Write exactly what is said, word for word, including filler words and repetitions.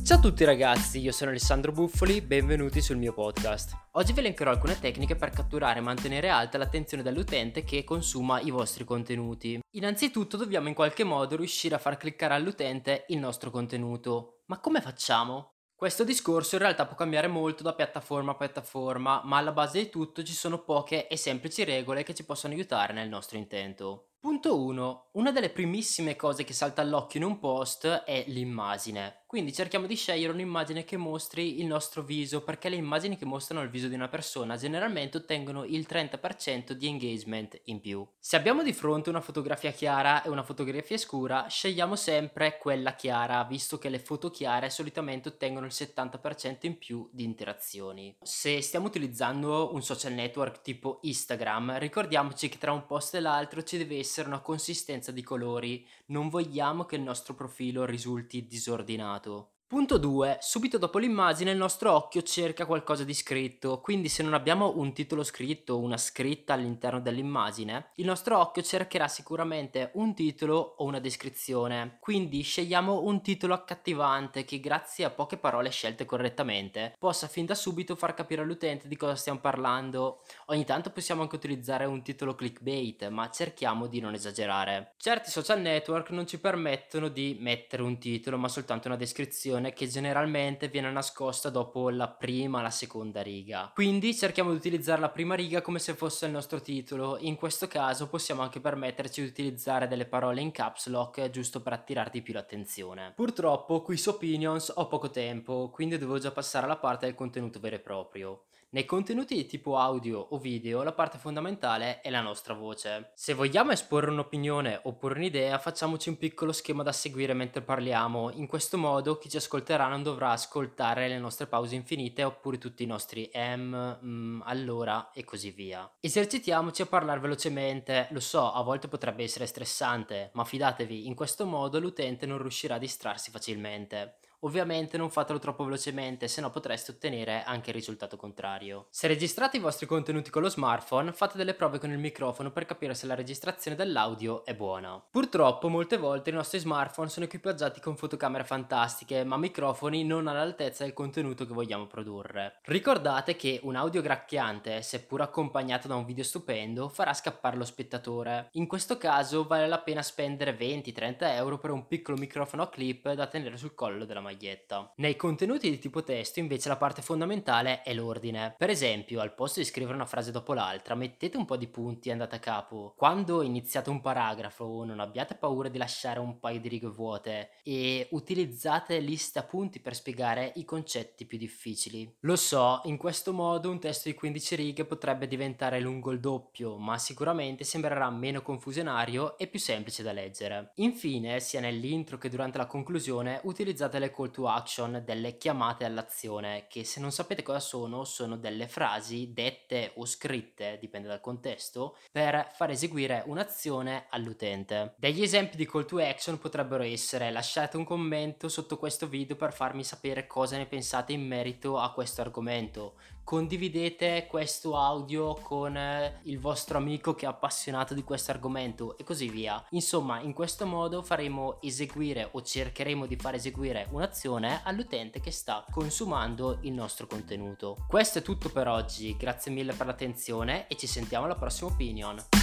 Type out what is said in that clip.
Ciao a tutti ragazzi, io sono Alessandro Buffoli, benvenuti sul mio podcast. Oggi vi elencherò alcune tecniche per catturare e mantenere alta l'attenzione dell'utente che consuma i vostri contenuti. Innanzitutto dobbiamo in qualche modo riuscire a far cliccare all'utente il nostro contenuto. Ma come facciamo? Questo discorso in realtà può cambiare molto da piattaforma a piattaforma, ma alla base di tutto ci sono poche e semplici regole che ci possono aiutare nel nostro intento. Punto uno. Una delle primissime cose che salta all'occhio in un post è l'immagine. Quindi cerchiamo di scegliere un'immagine che mostri il nostro viso, perché le immagini che mostrano il viso di una persona generalmente ottengono il trenta per cento di engagement in più. Se abbiamo di fronte una fotografia chiara e una fotografia scura, scegliamo sempre quella chiara, visto che le foto chiare solitamente ottengono il settanta per cento in più di interazioni. Se stiamo utilizzando un social network tipo Instagram, ricordiamoci che tra un post e l'altro ci deve essere una consistenza di colori, non vogliamo che il nostro profilo risulti disordinato. Punto due. Subito dopo l'immagine il nostro occhio cerca qualcosa di scritto, quindi se non abbiamo un titolo scritto o una scritta all'interno dell'immagine, il nostro occhio cercherà sicuramente un titolo o una descrizione, quindi scegliamo un titolo accattivante che grazie a poche parole scelte correttamente possa fin da subito far capire all'utente di cosa stiamo parlando. Ogni tanto possiamo anche utilizzare un titolo clickbait, ma cerchiamo di non esagerare. Certi social network non ci permettono di mettere un titolo, ma soltanto una descrizione che generalmente viene nascosta dopo la prima o la seconda riga. Quindi cerchiamo di utilizzare la prima riga come se fosse il nostro titolo. In questo caso possiamo anche permetterci di utilizzare delle parole in caps lock giusto per attirare di più l'attenzione. Purtroppo qui su Opinions ho poco tempo, quindi devo già passare alla parte del contenuto vero e proprio. Nei contenuti di tipo audio o video la parte fondamentale è la nostra voce. Se vogliamo esporre un'opinione oppure un'idea, facciamoci un piccolo schema da seguire mentre parliamo. In questo modo chi ci ascolterà non dovrà ascoltare le nostre pause infinite oppure tutti i nostri em, mm, allora e così via. Esercitiamoci a parlare velocemente. Lo so, a volte potrebbe essere stressante, ma fidatevi, in questo modo l'utente non riuscirà a distrarsi facilmente. Ovviamente non fatelo troppo velocemente, se no potreste ottenere anche il risultato contrario. Se registrate i vostri contenuti con lo smartphone, fate delle prove con il microfono per capire se la registrazione dell'audio è buona. Purtroppo molte volte i nostri smartphone sono equipaggiati con fotocamere fantastiche, ma microfoni non all'altezza del contenuto che vogliamo produrre. Ricordate che un audio gracchiante, seppur accompagnato da un video stupendo, farà scappare lo spettatore. In questo caso vale la pena spendere venti trenta euro per un piccolo microfono a clip da tenere sul collo della maglietta. Nei contenuti di tipo testo invece la parte fondamentale è l'ordine. Per esempio, al posto di scrivere una frase dopo l'altra, mettete un po' di punti e andate a capo. Quando iniziate un paragrafo non abbiate paura di lasciare un paio di righe vuote e utilizzate liste appunti per spiegare i concetti più difficili. Lo so, in questo modo un testo di quindici righe potrebbe diventare lungo il doppio, ma sicuramente sembrerà meno confusionario e più semplice da leggere. Infine, sia nell'intro che durante la conclusione, utilizzate le call to action, delle chiamate all'azione, che se non sapete cosa sono, sono delle frasi dette o scritte, dipende dal contesto, per far eseguire un'azione all'utente. Degli esempi di call to action potrebbero essere: lasciate un commento sotto questo video per farmi sapere cosa ne pensate in merito a questo argomento, condividete questo audio con il vostro amico che è appassionato di questo argomento e così via. Insomma, in questo modo faremo eseguire o cercheremo di far eseguire un'azione all'utente che sta consumando il nostro contenuto. Questo è tutto per oggi, grazie mille per l'attenzione e ci sentiamo alla prossima opinion.